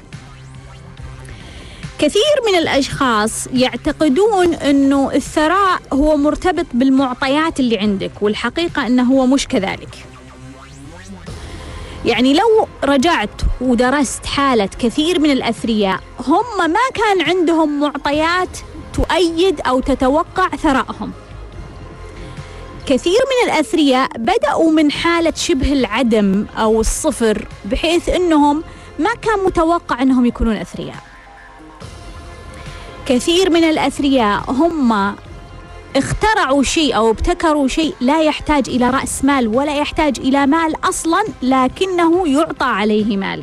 كثير من الأشخاص يعتقدون أنه الثراء هو مرتبط بالمعطيات اللي عندك، والحقيقة أنه هو مش كذلك. يعني لو رجعت ودرست حالة كثير من الأثرياء، هم ما كان عندهم معطيات تؤيد أو تتوقع ثرائهم. كثير من الأثرياء بدأوا من حالة شبه العدم أو الصفر، بحيث أنهم ما كان متوقع أنهم يكونون أثرياء. كثير من الأثرياء هم اخترعوا شيء أو ابتكروا شيء لا يحتاج إلى رأس مال ولا يحتاج إلى مال أصلاً، لكنه يعطى عليه مال.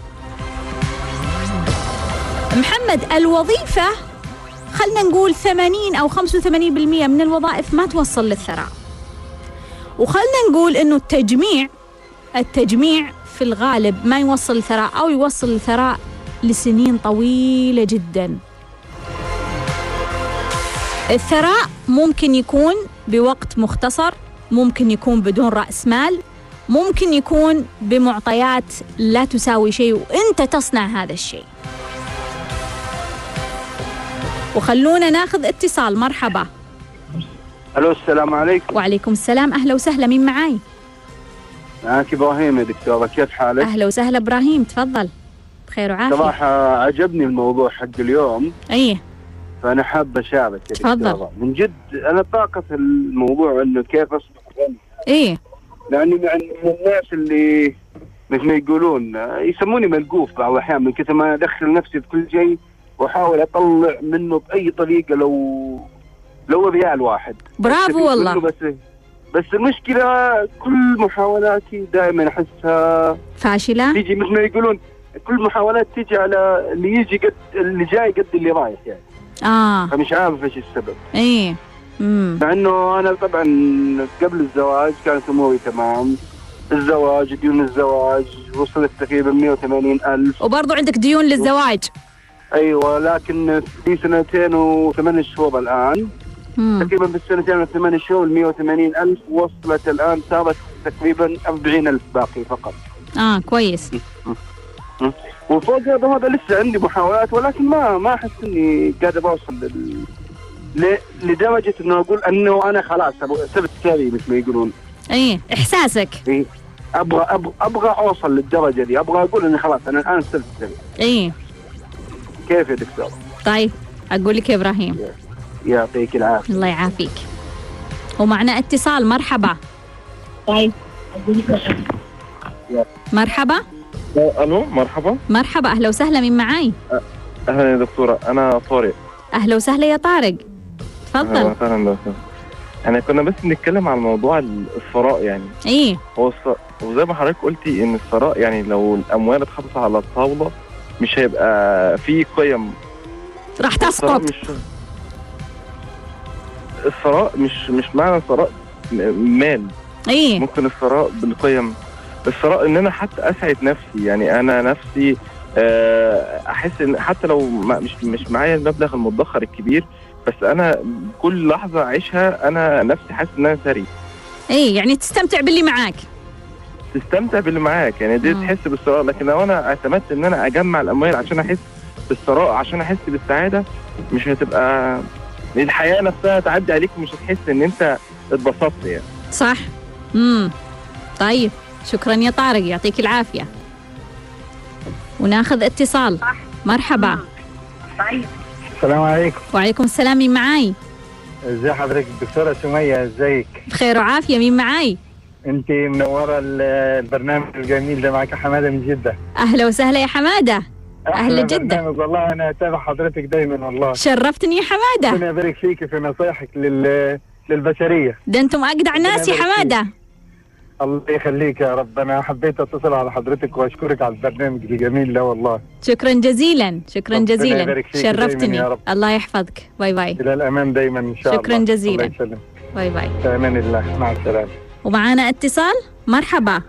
محمد الوظيفة خلنا نقول 80 أو 85% من الوظائف ما توصل للثراء، وخلنا نقول إنه التجميع في الغالب ما يوصل للثراء أو يوصل للثراء لسنين طويلة جداً. الثراء ممكن يكون بوقت مختصر، ممكن يكون بدون رأس مال، ممكن يكون بمعطيات لا تساوي شيء وأنت تصنع هذا الشيء. وخلونا ناخذ اتصال. مرحبا. الو السلام عليكم. وعليكم السلام، أهلا وسهلا، مين معاي؟ معك إبراهيم يا دكتورة، كيف حالك؟ أهلا وسهلا إبراهيم، تفضل. بخير وعافية. صراحة عجبني الموضوع حق اليوم. أيه. فأنا حاب أشارك يا تفضل. دكتورة. من جد أنا طاقة الموضوع إنه كيف أصبح غني. إيه. لأني من الناس اللي مثل ما يقولون يسموني ملقوف بعض الأحيان، من كثر ما أدخل نفسي في كل شيء وأحاول أطلع منه بأي طريقة، لو ريال واحد. برافو والله. بس المشكلة كل محاولاتي دائما أحسها فاشلة. تيجي مثل ما يقولون كل محاولات تيجي على اللي يجي قد اللي جاي قد اللي رايح يعني. فمش عارف ايش السبب. ايه. مع انه انا طبعا قبل الزواج كانت اموري تمام. الزواج ديون الزواج وصلت تقريبا 180,000. وبرضو عندك ديون للزواج؟ ايوه، لكن في 2 و8 شهور الان. تقريبا في السنتين و8 شهور 180,000 وصلت الان، صارت تقريبا 40,000 باقي فقط. كويس. وفوق هذا لسه عندي محاولات، ولكن ما احس اني قادر اوصل لدرجه انه اقول انه انا خلاص صرت ثري مثل ما يقولون. ايه احساسك. إيه. ابغى اوصل للدرجه دي، ابغى اقول اني خلاص انا الان صرت ثري. ايه. كيف يا دكتور؟ طيب اقول لك يا ابراهيم. يعطيك العافيه. الله يعافيك. ومعنا اتصال. مرحبا. طيب مرحبا. الو مرحبا. مرحبا، اهلا وسهلا، مين معاي؟ اهلا يا دكتوره، انا طارق. اهلا وسهلا يا طارق، تفضل. اهلا وسهلا. احنا كنا بس بنتكلم عن موضوع الثراء يعني. ايه. وزي ما حضرتك قلتي ان الثراء يعني لو الاموال اتحطت على الطاوله مش هيبقى في قيم، راح تسقط. الثراء مش معنى الثراء مال. ايه. ممكن الثراء بالقيم. الثراء ان انا حتى اسعد نفسي، يعني انا نفسي احس ان حتى لو مش معايا المبلغ المدخر الكبير، بس انا كل لحظه اعيشها انا نفسي حاسس ان انا ثري. ايه، يعني تستمتع باللي معاك. تستمتع باللي معاك، يعني دي تحس بالثراء. لكن لو انا اعتمدت ان انا اجمع الاموال عشان احس بالثراء، عشان احس بالسعاده، مش هتبقى الحياه نفسها تعدي عليك ومش هتحس ان انت اتبسطت يعني. صح. طيب شكرا يا طارق، يعطيك العافيه. وناخذ اتصال. مرحبا. السلام عليكم. وعليكم السلام، مين معاي؟ ازي حضرتك دكتورة سمية؟ ازيك؟ بخير وعافية، مين معاي؟ انت منورة البرنامج الجميل ده، معك حمادة من جدة. اهلا وسهلا يا حمادة. اهلا جدا. والله انا اتابع حضرتك دايما والله. شرفتني يا حمادة. ربنا يبارك فيك في نصايحك للبشرية. ده انتم اجدع ناس يا حمادة. الله يخليك يا رب. انا حبيت اتصل على حضرتك واشكرك على البرنامج الجميل ده والله. شكرا جزيلا، شكرا جزيلا، شرفتني. الله يحفظك. باي باي. الى الامام دايما ان شاء الله. شكرا جزيلا. الله يسلم. باي باي. في امان الله، مع السلامه. ومعانا اتصال. مرحبا.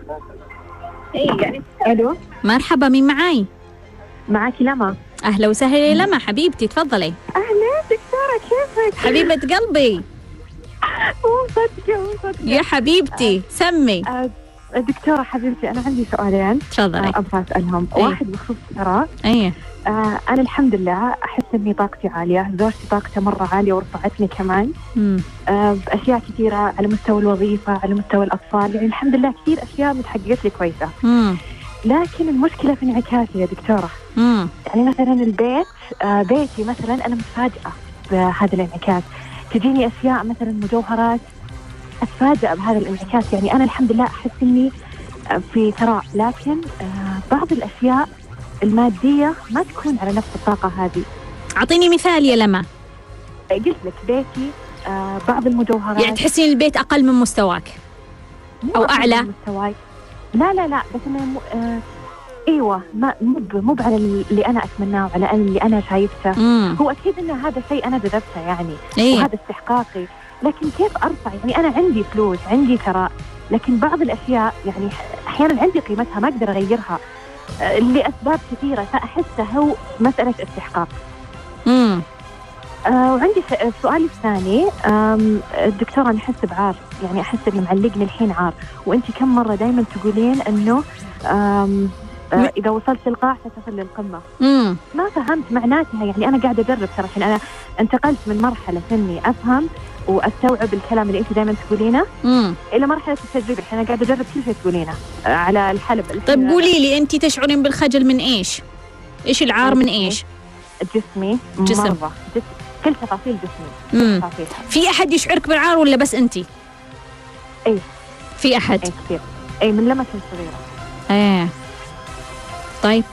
الو مرحبا، مين معاي؟ معك لما. اهلا وسهلا يا لما حبيبتي، تفضلي. اهلا دكتورة، كيفك؟ حبيبة قلبي. مو صدقة يا حبيبتي سمي. دكتورة حبيبتي، أنا عندي سؤالين تفضلي. أبغى أسألهم. واحد بخصوص الثراء. أنا الحمد لله أحس إني طاقتي عالية، زوجتي طاقته مرة عالية ورفعتني كمان بأشياء كثيرة على مستوى الوظيفة، على مستوى الأطفال، يعني الحمد لله كثير أشياء متحققت لي كويسة. لكن المشكلة في انعكاسي يا دكتورة. يعني مثلا البيت، بيتي مثلا أنا متفاجئة بهذا الانعكاس. تجيني أشياء مثلا مجوهرات، أتفاجأ بهذا الانعكاس. يعني أنا الحمد لله أحس إني في ثراء، لكن بعض الأشياء المادية ما تكون على نفس الطاقة هذه. أعطيني مثال يا لما. قلت لك بيتي بعض المجوهرات. يعني تحسين البيت أقل من مستواك أو أعلى؟ من مستواي. لا بس أنا ايوه، مو على اللي انا اتمناه وعلى اللي انا شايفته. هو اكيد ان هذا شيء انا جذبته يعني. وهذا استحقاقي، لكن كيف ارفع؟ يعني انا عندي فلوس، عندي ثراء، لكن بعض الاشياء يعني احيانا عندي قيمتها ما اقدر اغيرها لاسباب كثيره، فاحسها هو مساله استحقاق. وعندي سؤالي الثاني، الدكتورة أنا أحس بعار، يعني أحس اللي معلقني الحين عار، وأنت كم مرة دائما تقولين إنه إذا وصلت للقاع ستصل للقمة. ما فهمت معناتها، يعني أنا قاعدة أجرب ترى، عشان أنا انتقلت من مرحلة إني أفهم وأستوعب الكلام اللي أنت دائما تقولينه إلى مرحلة التجربة. الحين أنا قاعدة أجرب كل شيء تقولينه على الحلب. طيب قولي لي أنت تشعرين بالخجل من إيش؟ إيش العار من إيش؟ جسمي مرة، كل تفاصيل جسمي. في أحد يشعرك بالعار ولا بس أنت؟ إيه في أحد؟ إيه كثير، إيه من لما كنت صغيرة. إيه طيب.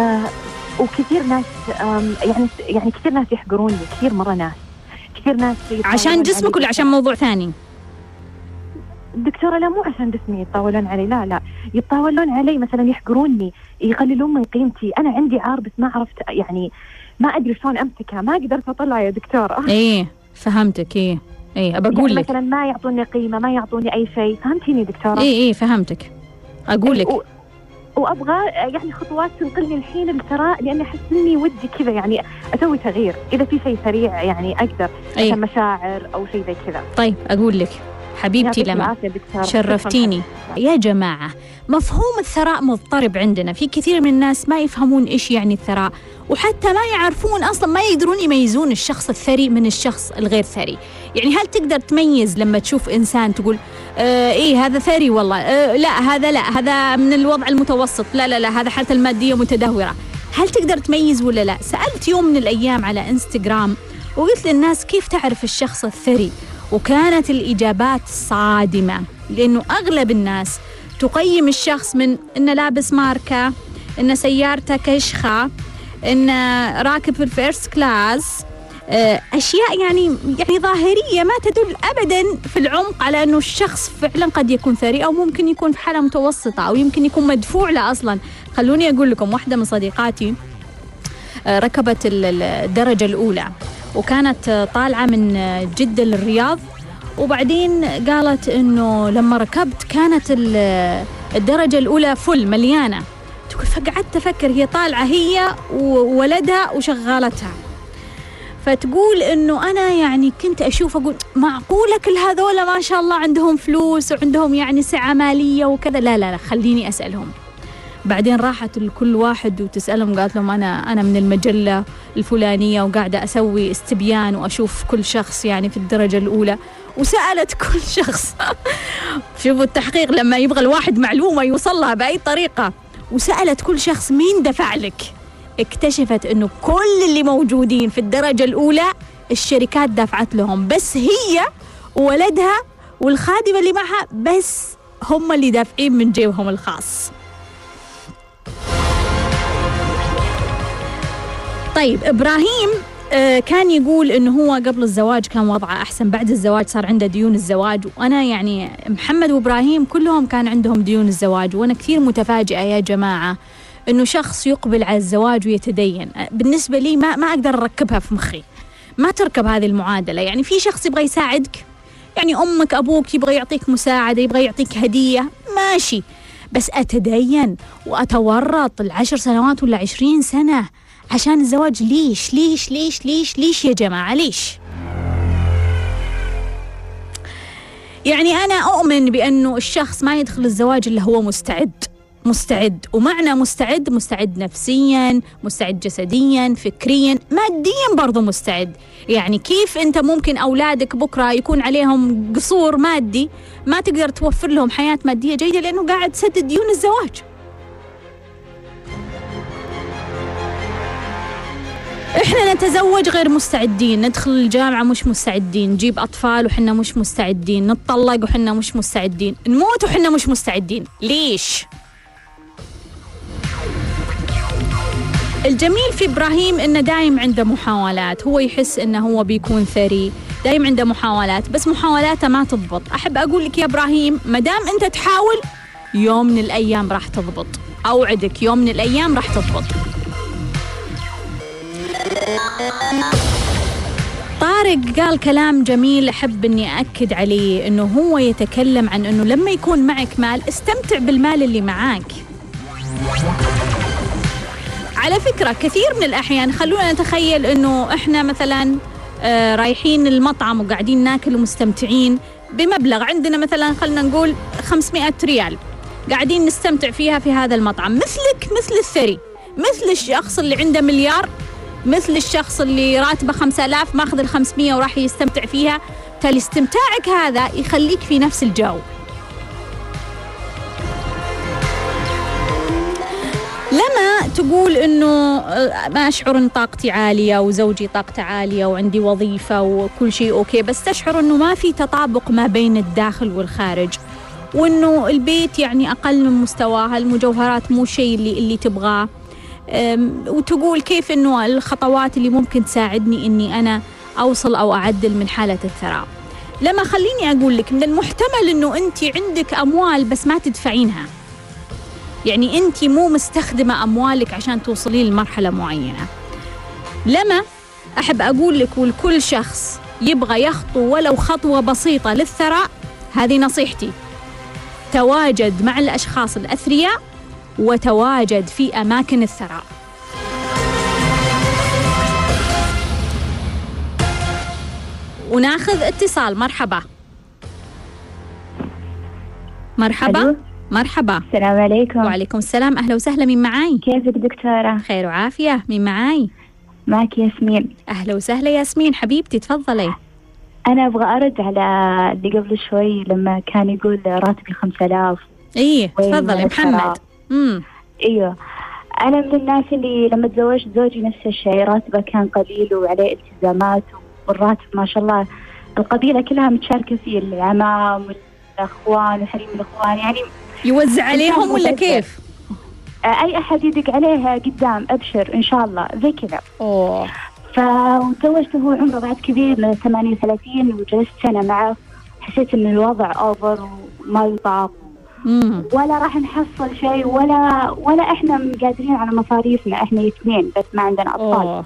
وكثير ناس يعني كثير ناس يحقروني، كثير مرة كثير ناس عشان جسمك ولا عشان موضوع ثاني؟ دكتورة لا مو عشان جسمي يتطاولون علي، لا يتطاولون علي، مثلا يحقروني، يقللون من قيمتي. أنا عندي عار بس ما عرفت، يعني ما أدري شلون أمسكها، ما قدرت أطلع يا دكتورة. إيه فهمتك. إيه أبى أقول لك مثلا ما يعطوني قيمة، ما يعطوني أي شيء، فهمتيني دكتورة؟ إيه فهمتك. أقول لك وأبغى يعني خطوات تنقلني الحين الثراء، لأني أحس إني ودي كذا يعني أسوي تغيير، إذا في شيء سريع يعني أقدر، مثلا مشاعر أو شيء زي كذا. طيب أقول لك حبيبتي لما شرفتيني. يا جماعة مفهوم الثراء مضطرب عندنا، في كثير من الناس ما يفهمون إيش يعني الثراء، وحتى ما يعرفون أصلا، ما يقدرون يميزون الشخص الثري من الشخص الغير ثري. يعني هل تقدر تميز لما تشوف إنسان تقول إيه هذا ثري والله، لا هذا من الوضع المتوسط، لا هذا حالته المادية متدهورة؟ هل تقدر تميز ولا لا؟ سألت يوم من الأيام على إنستغرام وقلت للناس كيف تعرف الشخص الثري، وكانت الإجابات صادمة، لأنه أغلب الناس تقيم الشخص من إنه لابس ماركة، إنه سيارته كشخة، إنه راكب في الفيرست كلاس، أشياء يعني ظاهرية ما تدل أبداً في العمق على أنه الشخص فعلاً قد يكون ثري، أو ممكن يكون في حالة متوسطة، أو يمكن يكون مدفوع له أصلاً. خلوني أقول لكم، واحدة من صديقاتي ركبت الدرجة الأولى، وكانت طالعة من جدة للرياض، وبعدين قالت إنه لما ركبت كانت الدرجة الأولى فل مليانة. تقول فقعدت أفكر، هي طالعة هي وولدها وشغالتها، فتقول إنه أنا يعني كنت أشوف أقول معقولة كل هذولا ما شاء الله عندهم فلوس وعندهم يعني سعة مالية وكذا؟ لا خليني أسألهم. بعدين راحت لكل واحد وتسألهم، قالت لهم أنا من المجلة الفلانية وقاعدة أسوي استبيان وأشوف كل شخص يعني في الدرجة الأولى، وسألت كل شخص شوفوا التحقيق لما يبغى الواحد معلومة يوصلها بأي طريقة، وسألت كل شخص مين دفع لك. اكتشفت إنه كل اللي موجودين في الدرجة الأولى الشركات دفعت لهم، بس هي وولدها والخادمة اللي معها بس هم اللي دافعين من جيبهم الخاص. طيب إبراهيم كان يقول إنه هو قبل الزواج كان وضعه أحسن، بعد الزواج صار عنده ديون الزواج. وأنا يعني محمد وإبراهيم كلهم كان عندهم ديون الزواج، وأنا كثير متفاجئة يا جماعة إنه شخص يقبل على الزواج ويتدين. بالنسبة لي ما أقدر أركبها في مخي، ما تركب هذه المعادلة. يعني في شخص يبغى يساعدك، يعني أمك أبوك يبغى يعطيك مساعدة، يبغى يعطيك هدية، ماشي، بس أتدين وأتورط 10 سنوات ولا 20 سنة عشان الزواج؟ ليش ليش ليش ليش ليش يا جماعة ليش؟ يعني أنا أؤمن بأنه الشخص ما يدخل الزواج إلا هو مستعد، ومعنى مستعد نفسياً، مستعد جسدياً، فكرياً، مادياً برضو مستعد. يعني كيف أنت ممكن أولادك بكرة يكون عليهم قصور مادي ما تقدر توفر لهم حياة مادية جيدة لأنه قاعد تسدد ديون الزواج؟ إحنا نتزوج غير مستعدين، ندخل الجامعة مش مستعدين، نجيب أطفال وحنا مش مستعدين، نتطلق وحنا مش مستعدين، نموت وحنا مش مستعدين. ليش؟ الجميل في إبراهيم إنه دايم عنده محاولات، هو يحس إنه هو بيكون ثري، دايم عنده محاولات، بس محاولاته ما تضبط. أحب أقول لك يا إبراهيم، مدام أنت تحاول يوم من الأيام راح تضبط، أوعدك يوم من الأيام راح تضبط. طارق قال كلام جميل أحب أني أكد عليه، أنه هو يتكلم عن أنه لما يكون معك مال استمتع بالمال اللي معاك. على فكرة كثير من الأحيان خلونا نتخيل أنه إحنا مثلا رايحين المطعم وقاعدين ناكل ومستمتعين بمبلغ عندنا مثلا خلنا نقول 500 ريال، قاعدين نستمتع فيها في هذا المطعم، مثلك مثل الثري، مثل الشخص اللي عنده مليار، مثل الشخص اللي راتبه 5000 ماخذ ال500 وراح يستمتع فيها. بالتالي استمتاعك هذا يخليك في نفس الجو. لما تقول إنه ما أشعر إن طاقتي عالية وزوجي طاقته عالية وعندي وظيفة وكل شيء أوكي، بس تشعر إنه ما في تطابق ما بين الداخل والخارج، وإنه البيت يعني أقل من مستواها، المجوهرات مو شيء اللي تبغاه، وتقول كيف إنه الخطوات اللي ممكن تساعدني إني أنا أوصل أو أعدل من حالة الثراء. لما خليني أقول لك من المحتمل إنه أنت عندك أموال بس ما تدفعينها، يعني أنت مو مستخدمة أموالك عشان توصلين لمرحلة معينة. لما أحب أقول لك ولكل شخص يبغى يخطو ولو خطوة بسيطة للثراء، هذه نصيحتي: تواجد مع الأشخاص الأثرياء وتواجد في أماكن الثراء. وناخذ اتصال. مرحبا. مرحبا. ألو. مرحبا. السلام عليكم. وعليكم السلام، أهلا وسهلا. مين معاي؟ كيفك دكتورة؟ خير وعافية. مين معاي؟ معك ياسمين. أهلا وسهلا ياسمين حبيبتي، تفضلي. أنا أبغى أرد على اللي قبل شوي لما كان يقول راتبي 5000. إيه تفضلي محمد. إيوه، أنا من الناس اللي لما تزوجت زوجي نفس الشيء، راتبه كان قليل وعليه التزامات، والراتب ما شاء الله القبيلة كلها متشاركة فيه، العمام والأخوان وحريم الأخوان، يعني يوزع عليهم ولا كيف؟ أي أحد يدق عليها قدام أبشر إن شاء الله زي كذا. فتزوجته هو عمره بعد كبير من 38، وجلست سنة معه، حسيت إن الوضع أوفر وما يطاق، ولا راح نحصل شيء ولا إحنا قادرين على مصاريفنا، إحنا اثنين بس ما عندنا أطفال.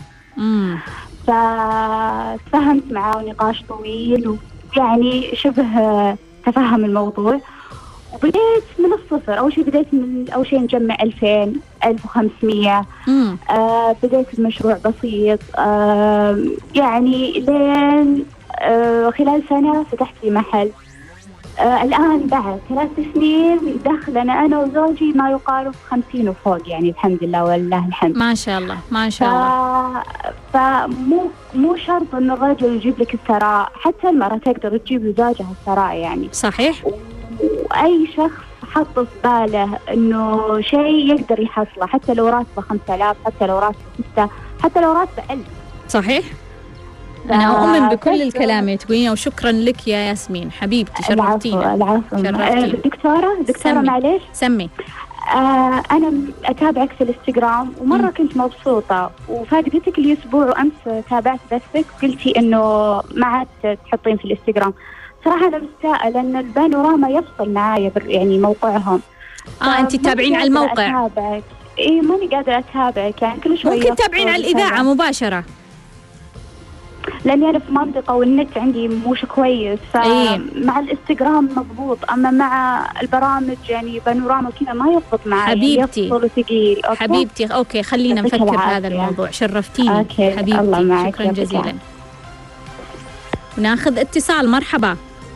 فتفهمت معه نقاش طويل، ويعني شبه تفهم الموضوع، وبديت من الصفر. أول شيء نجمع 2000 1500. بديت بمشروع بسيط، يعني لين خلال سنة فتحت لي محل. الآن بعد 3 سنين دخلنا أنا وزوجي ما يقارب 50 وفوق، يعني الحمد لله ولله الحمد. ما شاء الله ما شاء الله. فمو شرط إنه الرجل يجيب لك الثراء، حتى المرأة تقدر تجيب لزوجها الثراء يعني. صحيح. وأي شخص حط في باله إنه شيء يقدر يحصله، حتى لو راتبه 5000، حتى لو راتبه 6، حتى لو راتبه 1000. صحيح. أنا أؤمن بكل الكلام اللي تقولينه، وشكرا لك يا ياسمين حبيبتي، شرفتينا. العفو. دكتورة معليش سمي. أنا أتابعك في الإنستغرام، ومرة كنت مبسوطة، وفاجأتك لي أسبوع، وأمس تابعت بثك قلتي إنه ما عاد تحطين في الإنستغرام. صراحة أنا مستاءة لأن البانوراما يفصل معايا يعني موقعهم. أنت تتابعين على الموقع؟ إيه ماني قادرة أتابعك، يعني كل شوية ممكن تتابعين على الإذاعة مباشرة، لأني أنا في منطقة والنت عندي موش كويس، فمع الإنستغرام مضبوط، أما مع البرامج يعني بانوراما كذا ما يضبط معي. حبيبتي يفصل وثقيل. حبيبتي أوكي خلينا نفكر في هذا الموضوع. شرفتيني حبيبتي، الله معك. شكرا جزيلا. وناخذ اتصال. مرحبا.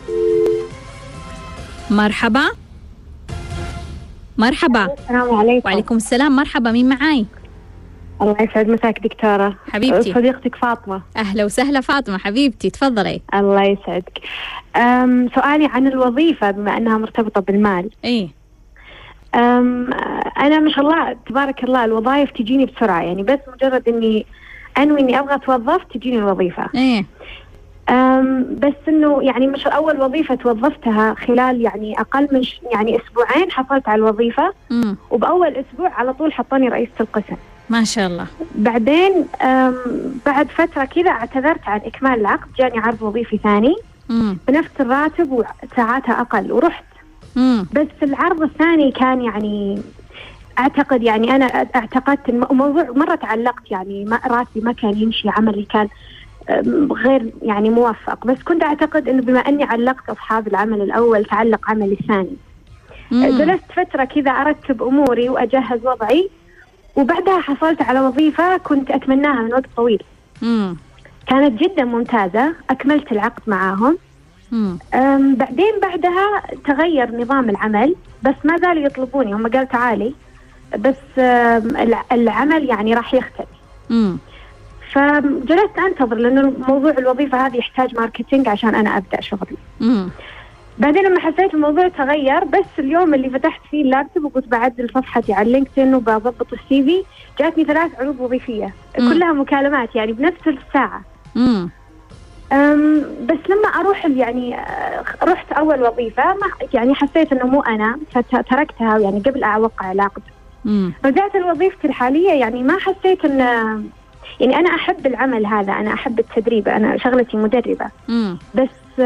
مرحبا. مرحبا. السلام عليكم. وعليكم السلام. مرحبا. مين معاي؟ الله يسعد مساك دكتورة. حبيبتي. صديقتك فاطمة. أهلا وسهلا فاطمة حبيبتي، تفضلي. الله يسعدك. سؤالي عن الوظيفة بما أنها مرتبطة بالمال. إيه. أنا ما شاء الله تبارك الله الوظائف تجيني بسرعة، يعني بس مجرد إني أنوي إني أبغى أتوظف تجيني الوظيفة. إيه. بس إنه يعني مش أول وظيفة توظفتها خلال يعني أقل من يعني أسبوعين حصلت على الوظيفة. وبأول أسبوع على طول حطوني رئيسة القسم. ما شاء الله. بعدين بعد فترة كذا اعتذرت عن إكمال العقد، جاني عرض وظيفي ثاني بنفس الراتب وساعاتها أقل ورحت. بس العرض الثاني كان يعني أعتقد يعني أنا اعتقدت الموضوع مرة تعلقت، يعني راتبي ما كان يمشي، عملي كان غير يعني موفق، بس كنت أعتقد إنه بما أني علقت أصحاب العمل الأول تعلق عملي الثاني. جلست فترة كذا أرتب أموري وأجهز وضعي، وبعدها حصلت على وظيفة كنت أتمناها من وقت طويل. كانت جدا ممتازة، أكملت العقد معاهم. بعدين بعدها تغير نظام العمل، بس ما زالوا يطلبوني. هم قال تعالي بس العمل يعني راح يختلف. فجلست أنتظر لأنه موضوع الوظيفة هذه يحتاج ماركتينج عشان أنا أبدأ شغلي. بعدين لما حسيت الموضوع تغير، بس اليوم اللي فتحت فيه اللابتوب وكنت بعدل صفحتي على لينكدين وبضبط السي في، جاتني 3 عروض وظيفية كلها مكالمات يعني بنفس الساعة. بس لما أروح يعني رحت أول وظيفة يعني حسيت إنه مو أنا، فتركتها يعني قبل أوقع العقد. رجعت لوظيفتي الحالية، يعني ما حسيت إن يعني أنا أحب العمل هذا، أنا أحب التدريب، أنا شغلتي مدربة. بس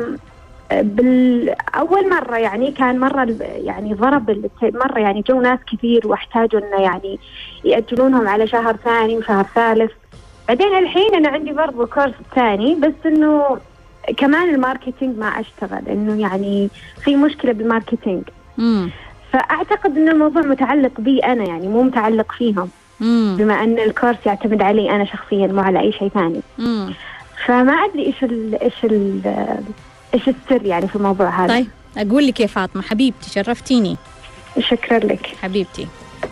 بالأول مرة يعني كان مرة يعني ضرب مرة يعني جو ناس كثير واحتاجوا إنه يعني يأجلونهم على شهر ثاني وشهر ثالث. بعدين الحين أنا عندي برضو كورس ثاني، بس إنه كمان الماركتينج ما أشتغل، إنه يعني في مشكلة بالماركتينج. فأعتقد إن الموضوع متعلق بي أنا، يعني مو متعلق فيهم، بما أن الكورس يعتمد علي أنا شخصيا مو على أي شيء ثاني. فما أدري إيش السر يعني في الموضوع هذا. طيب أقول لك يا فاطمة حبيبتي، شرفتيني. شكرا لك حبيبتي.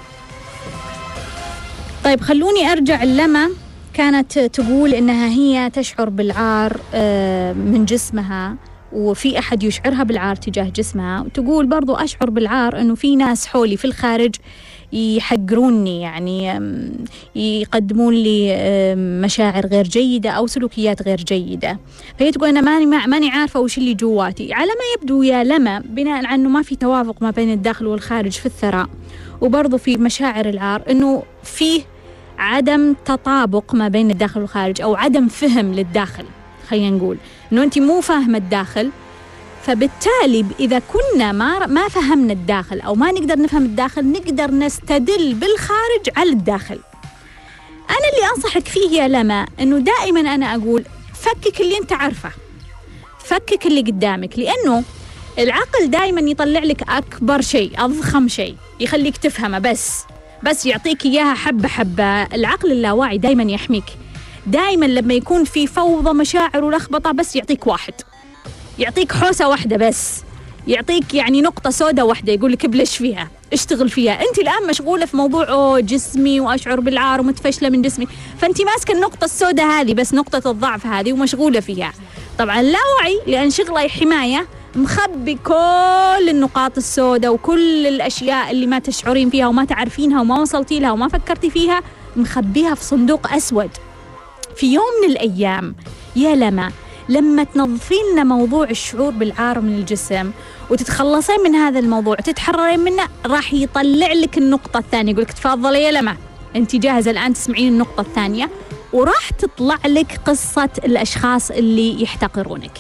طيب خلوني أرجع لما كانت تقول إنها هي تشعر بالعار من جسمها، وفي أحد يشعرها بالعار تجاه جسمها، وتقول برضو أشعر بالعار إنه في ناس حولي في الخارج يحقروني، يعني يقدمون لي مشاعر غير جيدة أو سلوكيات غير جيدة. فهي تقول أنا ماني عارفة وش اللي جواتي. على ما يبدو يا لما، بناء على أنه ما في توافق ما بين الداخل والخارج في الثراء، وبرضو في مشاعر العار، أنه فيه عدم تطابق ما بين الداخل والخارج، أو عدم فهم للداخل. خلينا نقول أنه أنت مو فاهمة الداخل، فبالتالي إذا كنا ما فهمنا الداخل أو ما نقدر نفهم الداخل، نقدر نستدل بالخارج على الداخل. أنا اللي أنصحك فيه يا لما أنه دائما أنا أقول فكك اللي أنت عارفه، فكك اللي قدامك، لأنه العقل دائما يطلع لك أكبر شيء، أضخم شيء يخليك تفهمه، بس يعطيك إياها حبة حبة. العقل اللاواعي دائما يحميك، دائما لما يكون في فوضى مشاعر ولخبطة بس يعطيك واحد، يعطيك حوسة واحدة، بس يعطيك يعني نقطة سوداء واحدة، يقول لك ابلش فيها، اشتغل فيها. انت الآن مشغولة في موضوع جسمي وأشعر بالعار ومتفشلة من جسمي، فانت ماسكة النقطة السوداء هذه بس، نقطة الضعف هذه، ومشغولة فيها. طبعا لا وعي، لأن شغله حماية، مخبي كل النقاط السوداء وكل الأشياء اللي ما تشعرين فيها وما تعرفينها وما وصلتي لها وما فكرتي فيها، مخبيها في صندوق أسود. في يوم من الأيام يا لما تنظفين لنا موضوع الشعور بالعار من الجسم وتتخلصين من هذا الموضوع، تتحررين منه، راح يطلع لك النقطة الثانية، يقولك تفضلي يا لما أنت جاهزة الآن تسمعين النقطة الثانية، وراح تطلع لك قصة الأشخاص اللي يحتقرونك.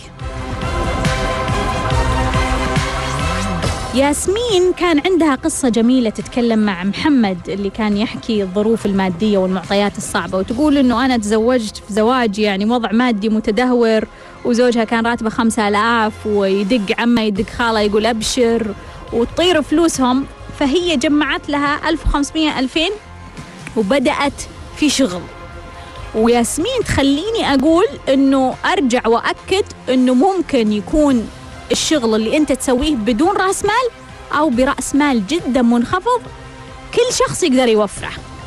ياسمين كان عندها قصة جميلة تتكلم مع محمد اللي كان يحكي الظروف المادية والمعطيات الصعبة، وتقول إنه أنا تزوجت في زواج يعني وضع مادي متدهور، وزوجها كان راتبه 5000، ويدق عمه يدق خاله يقول أبشر، وتطير فلوسهم. فهي جمعت لها 1500-2000 وبدأت في شغل. وياسمين تخليني أقول إنه أرجع وأكد إنه ممكن يكون الشغل اللي أنت تسويه بدون رأس مال أو برأس مال جدا منخفض، كل شخص يقدر يوفره.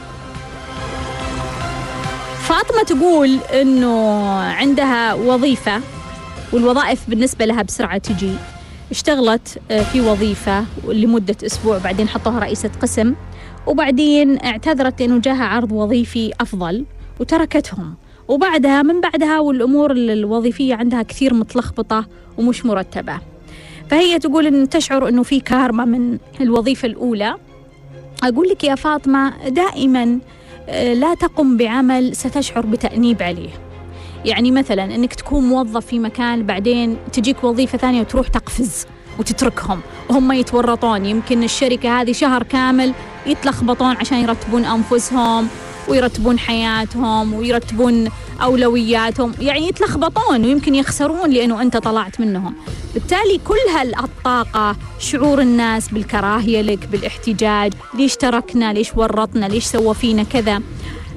فاطمة تقول إنه عندها وظيفة، والوظائف بالنسبة لها بسرعة تجي. اشتغلت في وظيفة لمدة أسبوع، بعدين حطوها رئيسة قسم، وبعدين اعتذرت لأنه جاها عرض وظيفي أفضل وتركتهم. وبعدها من بعدها والأمور الوظيفية عندها كثير متلخبطة ومش مرتبة. فهي تقول إن تشعر إنه في كارما من الوظيفة الأولى. أقول لك يا فاطمة دائما لا تقم بعمل ستشعر بتأنيب عليه. يعني مثلا إنك تكون موظف في مكان، بعدين تجيك وظيفة ثانية وتروح تقفز وتتركهم وهم يتورطون. يمكن الشركة هذه شهر كامل يتلخبطون عشان يرتبون أنفسهم ويرتبون حياتهم ويرتبون أولوياتهم، يعني يتلخبطون ويمكن يخسرون لأنه أنت طلعت منهم. بالتالي كل هالطاقة، شعور الناس بالكراهية لك، بالاحتجاج، ليش تركنا، ليش ورطنا، ليش سوى فينا كذا،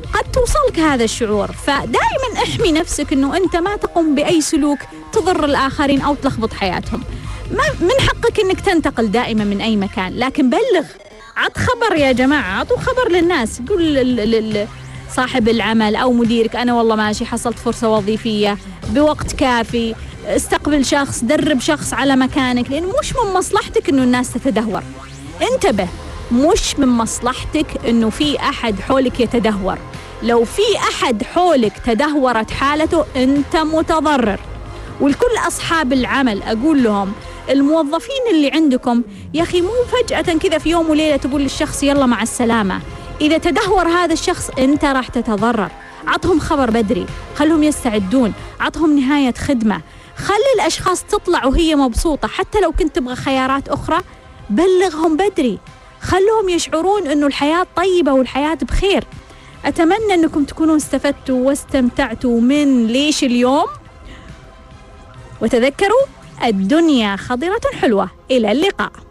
قد توصلك هذا الشعور. فدائما احمي نفسك أنه أنت ما تقوم بأي سلوك تضر الآخرين أو تلخبط حياتهم. من حقك أنك تنتقل دائما من أي مكان، لكن بلغ، عط خبر يا جماعة، عطوا خبر للناس، قول صاحب العمل أو مديرك أنا والله ماشي حصلت فرصة وظيفية بوقت كافي، استقبل شخص، درب شخص على مكانك، لأنه مش من مصلحتك أنه الناس تتدهور. انتبه، مش من مصلحتك أنه في أحد حولك يتدهور. لو في أحد حولك تدهورت حالته أنت متضرر. والكل أصحاب العمل أقول لهم الموظفين اللي عندكم يا أخي مو فجأة كذا في يوم وليلة تقول للشخص يلا مع السلامة. إذا تدهور هذا الشخص أنت راح تتضرر. عطهم خبر بدري، خلهم يستعدون، عطهم نهاية خدمة، خلي الأشخاص تطلع وهي مبسوطة. حتى لو كنت تبغى خيارات أخرى بلغهم بدري، خلهم يشعرون أنه الحياة طيبة والحياة بخير. أتمنى أنكم تكونوا استفدتوا واستمتعتوا من ليش اليوم، وتذكروا الدنيا خضرة حلوة. إلى اللقاء.